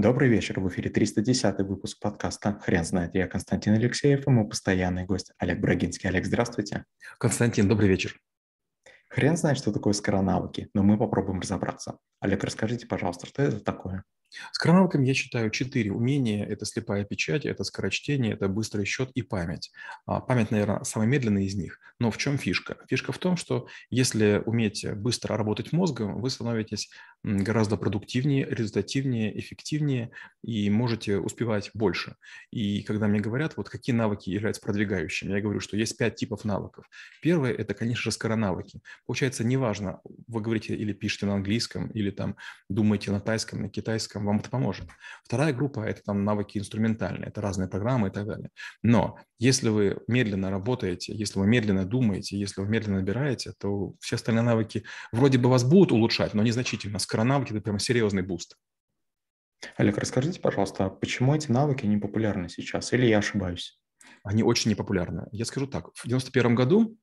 Добрый вечер, в эфире 310 выпуск подкаста «Хрен знает». Я Константин Алексеев и мой постоянный гость Олег Брагинский. Олег, здравствуйте. Константин, добрый вечер. Хрен знает, что такое скоронавыки, но мы попробуем разобраться. Олег, расскажите, пожалуйста, что это такое? Скоронавыками я считаю 4 умения. Это слепая печать, это скорочтение, это быстрый счет и память. Память, наверное, самая медленная из них. Но в чем фишка? Фишка в том, что если уметь быстро работать мозгом, вы становитесь гораздо продуктивнее, результативнее, эффективнее и можете успевать больше. И когда мне говорят, вот какие навыки являются продвигающими, я говорю, что есть 5 типов навыков. Первое – это, конечно же, скоронавыки. Получается, неважно, вы говорите или пишете на английском, или там думаете на тайском, на китайском, вам это поможет. Вторая группа – это там навыки инструментальные, это разные программы и так далее. Но если вы медленно работаете, если вы медленно думаете, если вы медленно набираете, то все остальные навыки вроде бы вас будут улучшать, но незначительно. Скоронавыки – это прям серьезный буст. Олег, расскажите, пожалуйста, почему эти навыки не популярны сейчас, или я ошибаюсь? Они очень непопулярны. Я скажу так, в 91 году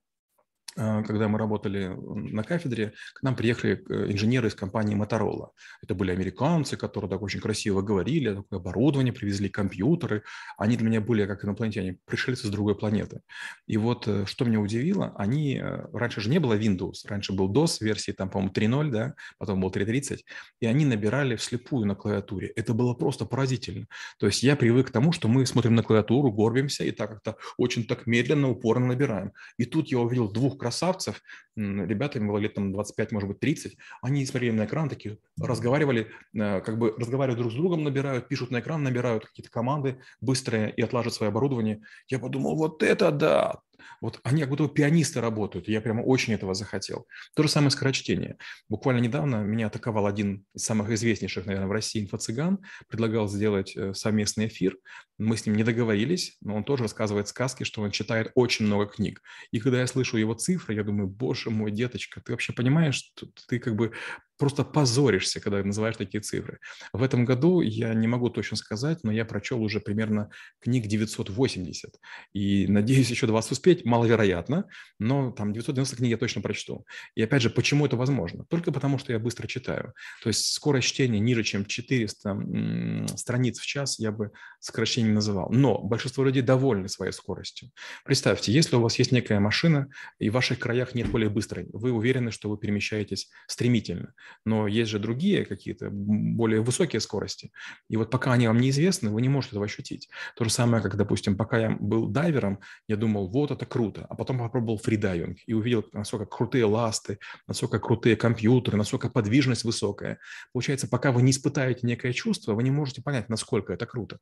когда мы работали на кафедре, к нам приехали инженеры из компании Motorola. Это были американцы, которые так очень красиво говорили, такое оборудование привезли, компьютеры. Они для меня были как инопланетяне, пришельцы с другой планеты. И вот что меня удивило, раньше же не было Windows, раньше был DOS, версии там, по-моему, 3.0, да, потом был 3.30, и они набирали вслепую на клавиатуре. Это было просто поразительно. То есть я привык к тому, что мы смотрим на клавиатуру, горбимся и так как-то очень так медленно, упорно набираем. И тут я увидел двух красавцев, ребята, им было лет там 25, может быть, 30, они смотрели на экран, такие разговаривали, как бы разговаривают друг с другом, набирают, пишут на экран, набирают какие-то команды быстрые и отлаживают свое оборудование. Я подумал, вот это да! Вот они как будто пианисты работают, и я прямо очень этого захотел. То же самое скорочтение. Буквально недавно меня атаковал один из самых известнейших, наверное, в России инфо-цыган, предлагал сделать совместный эфир. Мы с ним не договорились, но он тоже рассказывает сказки, что он читает очень много книг. И когда я слышу его цифры, я думаю, боже мой, деточка, ты вообще понимаешь, что ты как бы просто позоришься, когда называешь такие цифры. В этом году я не могу точно сказать, но я прочел уже примерно книг 980. И надеюсь, еще 20 успеть, маловероятно, но там 990 книг я точно прочту. И опять же, почему это возможно? Только потому, что я быстро читаю. То есть скорость чтения ниже, чем 400 страниц в час я бы сокращение не называл. Но большинство людей довольны своей скоростью. Представьте, если у вас есть некая машина, и в ваших краях нет более быстрой, вы уверены, что вы перемещаетесь стремительно. Но есть же другие какие-то более высокие скорости. И вот пока они вам неизвестны, вы не можете этого ощутить. То же самое, как, допустим, пока я был дайвером, я думал, вот это круто. А потом попробовал фридайвинг и увидел, насколько крутые ласты, насколько крутые компьютеры, насколько подвижность высокая. Получается, пока вы не испытаете некое чувство, вы не можете понять, насколько это круто.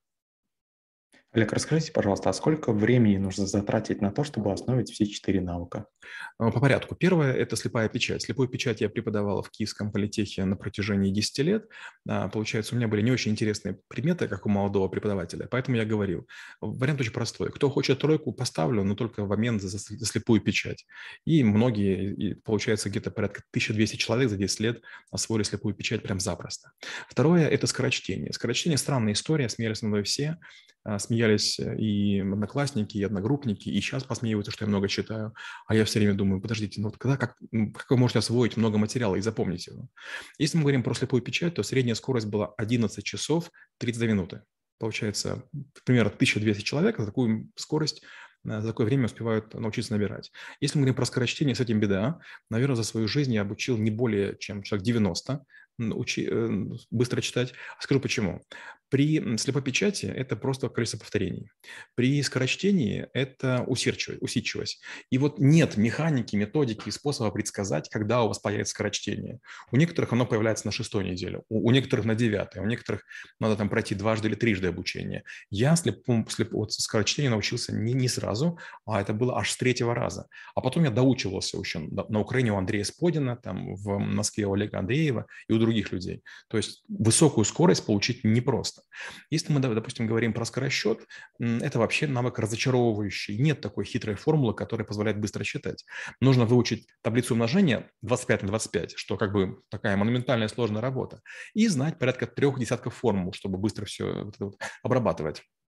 Олег, расскажите, пожалуйста, а сколько времени нужно затратить на то, чтобы освоить все 4 навыка? По порядку. Первое – это слепая печать. Слепую печать я преподавал в Киевском политехе на протяжении 10 лет. Получается, у меня были не очень интересные предметы, как у молодого преподавателя, поэтому я говорил. Вариант очень простой. Кто хочет тройку, поставлю, но только в момент за слепую печать. И многие, получается, где-то порядка 1200 человек за 10 лет освоили слепую печать прям запросто. Второе – это скорочтение. Скорочтение – странная история, смеялись надо мной все. Смеялись и одноклассники, и одногруппники, и сейчас посмеиваются, что я много читаю. А я все время думаю, подождите, ну вот как вы можете освоить много материала и запомнить его? Если мы говорим про слепую печать, то средняя скорость была 11 часов 32 минуты. Получается, примерно 1200 человек за такую скорость, за такое время успевают научиться набирать. Если мы говорим про скорочтение, с этим беда. Наверное, за свою жизнь я обучил не более чем человек 90 быстро читать. Скажу почему. При слепой печати это просто количество повторений. При скорочтении это усидчивость. И вот нет механики, методики и способа предсказать, когда у вас появится скорочтение. У некоторых оно появляется на 6-й неделе, у некоторых на 9-й, у некоторых надо там пройти дважды или трижды обучение. Я скорочтению научился не сразу, а это было аж с 3-го раза. А потом я доучивался еще на Украине у Андрея Сподина, там в Москве у Олега Андреева и у других людей. То есть высокую скорость получить непросто. Если мы, допустим, говорим про скоросчет, это вообще навык разочаровывающий. Нет такой хитрой формулы, которая позволяет быстро считать. Нужно выучить таблицу умножения 25 на 25, что как бы такая монументальная сложная работа, и знать порядка 3 десятков формул, чтобы быстро все вот это вот обрабатывать.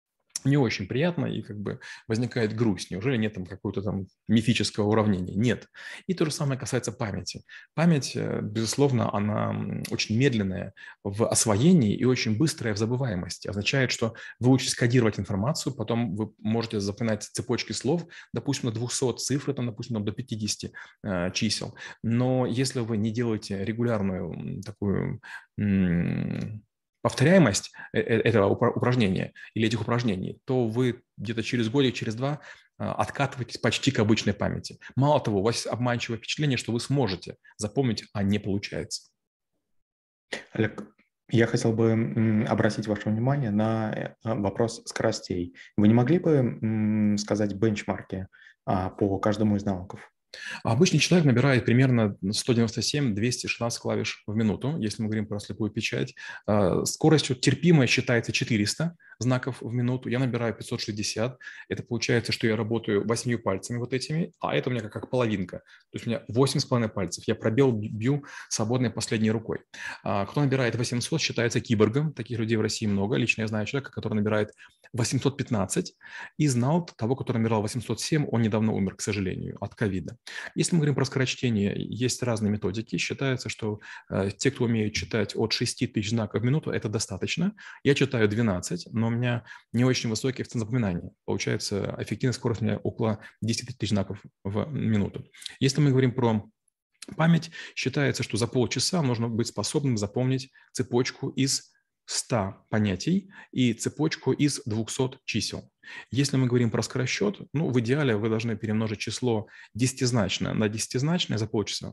не очень приятно, и как бы возникает грусть. Неужели нет там какого-то там мифического уравнения? Нет. И то же самое касается памяти. Память, безусловно, она очень медленная в освоении и очень быстрая в забываемости. Означает, что вы учитесь кодировать информацию, потом вы можете запоминать цепочки слов, допустим, на 200 цифр, там, допустим, до 50 чисел. Но если вы не делаете регулярную такую повторяемость этого упражнения или этих упражнений, то вы где-то через годик, через два откатываетесь почти к обычной памяти. Мало того, у вас есть обманчивое впечатление, что вы сможете запомнить, а не получается. Олег, я хотел бы обратить ваше внимание на вопрос скоростей. Вы не могли бы сказать бенчмарки по каждому из навыков? Обычный человек набирает примерно 197-216 клавиш в минуту, если мы говорим про слепую печать. Скорость терпимая считается 400 знаков в минуту. Я набираю 560. Это получается, что я работаю 8 пальцами вот этими, а это у меня как половинка. То есть у меня 8,5 пальцев. Я пробел бью свободной последней рукой. Кто набирает 800, считается киборгом. Таких людей в России много. Лично я знаю человека, который набирает 815 и знал того, который набирал 807. Он недавно умер, к сожалению, от ковида. Если мы говорим про скорочтение, есть разные методики. Считается, что те, кто умеют читать от 6 тысяч знаков в минуту, это достаточно. Я читаю 12, но у меня не очень высокий коэффициент запоминания. Получается, эффективная скорость у меня около 10 тысяч знаков в минуту. Если мы говорим про память, считается, что за полчаса нужно быть способным запомнить цепочку из 100 понятий и цепочку из 200 чисел. Если мы говорим про скоросчет, в идеале вы должны перемножить число десятизначное на десятизначное за полчаса.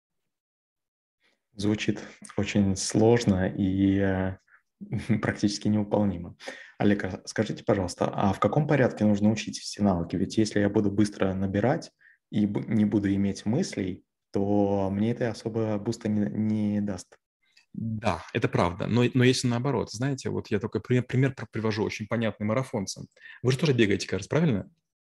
Звучит очень сложно и практически невыполнимо. Олег, скажите, пожалуйста, а в каком порядке нужно учить эти навыки? Ведь если я буду быстро набирать и не буду иметь мыслей, то мне это особо буста не даст. Да, это правда. Но если наоборот, знаете, вот я только пример привожу, очень понятный марафонцам. Вы же тоже бегаете, кажется, правильно?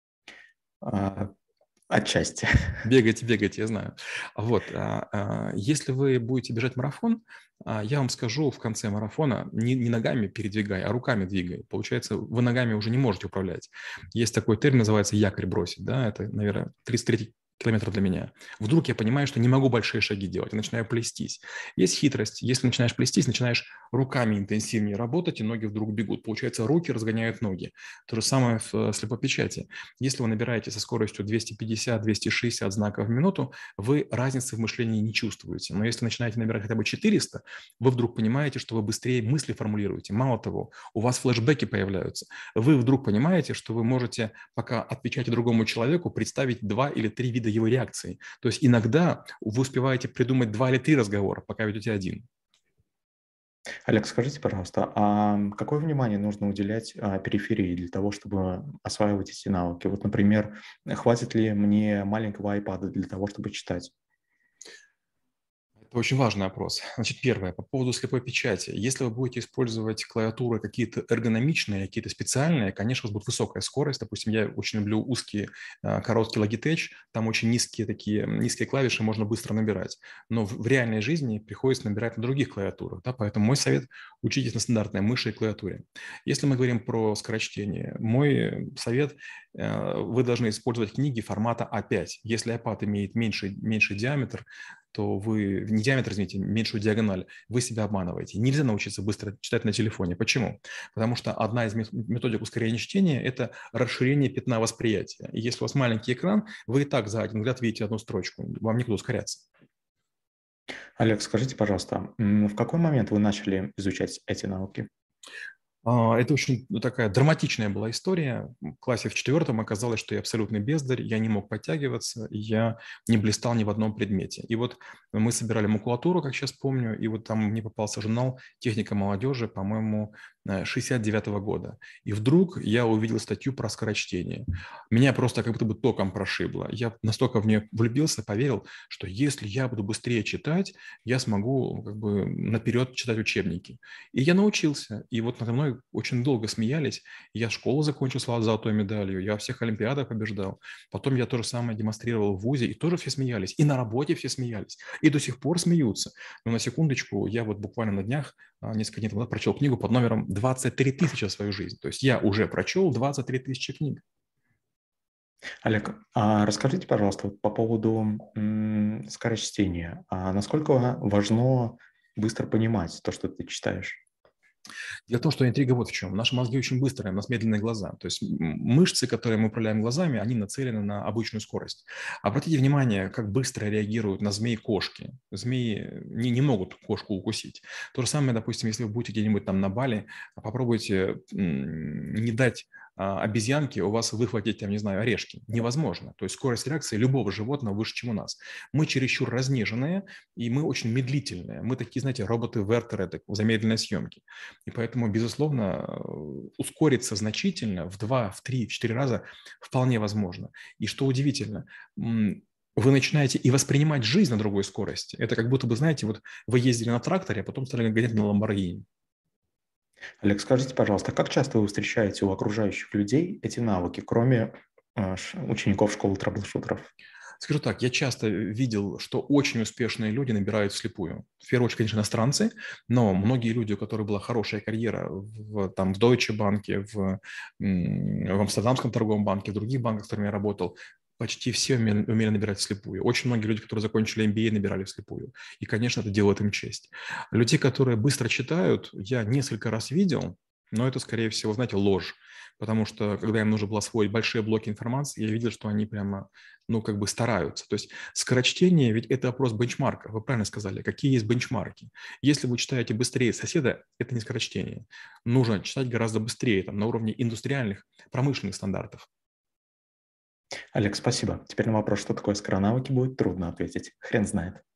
Отчасти. Бегаете, я знаю. Вот, если вы будете бежать марафон, я вам скажу в конце марафона, не ногами передвигай, а руками двигай. Получается, вы ногами уже не можете управлять. Есть такой термин, называется якорь бросить, да, это, наверное, 33 километров для меня. Вдруг я понимаю, что не могу большие шаги делать, я начинаю плестись. Есть хитрость. Если начинаешь плестись, начинаешь руками интенсивнее работать, и ноги вдруг бегут. Получается, руки разгоняют ноги. То же самое в слепой печати. Если вы набираете со скоростью 250-260 знаков в минуту, вы разницы в мышлении не чувствуете. Но если начинаете набирать хотя бы 400, вы вдруг понимаете, что вы быстрее мысли формулируете. Мало того, у вас флешбеки появляются. Вы вдруг понимаете, что вы можете, пока отвечаете другому человеку, представить 2 или 3 вида его реакции. То есть иногда вы успеваете придумать 2 или 3 разговора, пока ведете один. Олег, скажите, пожалуйста, а какое внимание нужно уделять периферии для того, чтобы осваивать эти навыки? Вот, например, хватит ли мне маленького iPad для того, чтобы читать? Это очень важный вопрос. Значит, первое, по поводу слепой печати. Если вы будете использовать клавиатуры какие-то эргономичные, какие-то специальные, конечно, у вас будет высокая скорость. Допустим, я очень люблю узкие, короткие Logitech, там очень низкие клавиши, можно быстро набирать. Но в реальной жизни приходится набирать на других клавиатурах, да, поэтому мой совет – учитесь на стандартной мыши и клавиатуре. Если мы говорим про скорочтение, мой совет – вы должны использовать книги формата А5. Если iPad имеет меньший диаметр, то вы, не диаметр, извините, меньшую диагональ, вы себя обманываете. Нельзя научиться быстро читать на телефоне. Почему? Потому что одна из методик ускорения чтения – это расширение пятна восприятия. И если у вас маленький экран, вы и так за один взгляд видите одну строчку. Вам некуда ускоряться. Олег, скажите, пожалуйста, в какой момент вы начали изучать эти навыки? Это очень такая драматичная была история. В классе в 4 оказалось, что я абсолютный бездарь, я не мог подтягиваться, я не блистал ни в одном предмете. И вот мы собирали макулатуру, как сейчас помню, и вот там мне попался журнал «Техника молодежи», по-моему, 69-го года. И вдруг я увидел статью про скорочтение. Меня просто как будто бы током прошибло. Я настолько в нее влюбился, поверил, что если я буду быстрее читать, я смогу как бы наперед читать учебники. И я научился. И вот надо мной мы очень долго смеялись. Я школу закончил с золотой медалью, я во всех олимпиадах побеждал. Потом я то же самое демонстрировал в ВУЗе, и тоже все смеялись. И на работе все смеялись. И до сих пор смеются. Но на секундочку, я вот буквально на днях, несколько дней назад, прочел книгу под номером «23 тысячи в свою жизнь». То есть я уже прочел 23 тысячи книг. Олег, а расскажите, пожалуйста, вот по поводу скорочтения. А насколько важно быстро понимать то, что ты читаешь? Дело в том, что интрига вот в чем. Наши мозги очень быстрые, у нас медленные глаза. То есть мышцы, которые мы управляем глазами, они нацелены на обычную скорость. Обратите внимание, как быстро реагируют на змеи кошки. Змеи не могут кошку укусить. То же самое, допустим, если вы будете где-нибудь там на Бали, попробуйте не дать обезьянке у вас выхватить, там, не знаю, орешки. Невозможно. То есть скорость реакции любого животного выше, чем у нас. Мы чересчур разнеженные, и мы очень медлительные. Мы такие, знаете, роботы-вертеры в замедленной съемке. И поэтому, безусловно, ускориться значительно в 2, в 3, в 4 раза вполне возможно. И что удивительно, вы начинаете и воспринимать жизнь на другой скорости. Это как будто бы, знаете, вот вы ездили на тракторе, а потом стали гонять на Ламборгини. Олег, скажите, пожалуйста, как часто вы встречаете у окружающих людей эти навыки, кроме учеников школы трэблшутеров? Скажу так, я часто видел, что очень успешные люди набирают вслепую. В первую очередь, конечно, иностранцы, но многие люди, у которых была хорошая карьера там, в Deutsche Bank, в Амстердамском торговом банке, в других банках, с которыми я работал, почти все умели набирать вслепую. Очень многие люди, которые закончили MBA, набирали вслепую. И, конечно, это делает им честь. Людей, которые быстро читают, я несколько раз видел, но это, скорее всего, знаете, ложь. Потому что, когда им нужно было освоить большие блоки информации, я видел, что они прямо, ну, как бы стараются. То есть скорочтение, ведь это опрос бенчмарков. Вы правильно сказали, какие есть бенчмарки. Если вы читаете быстрее соседа, это не скорочтение. Нужно читать гораздо быстрее, там, на уровне индустриальных, промышленных стандартов. Олег, спасибо. Теперь на вопрос, что такое скоронавыки, будет трудно ответить. Хрен знает.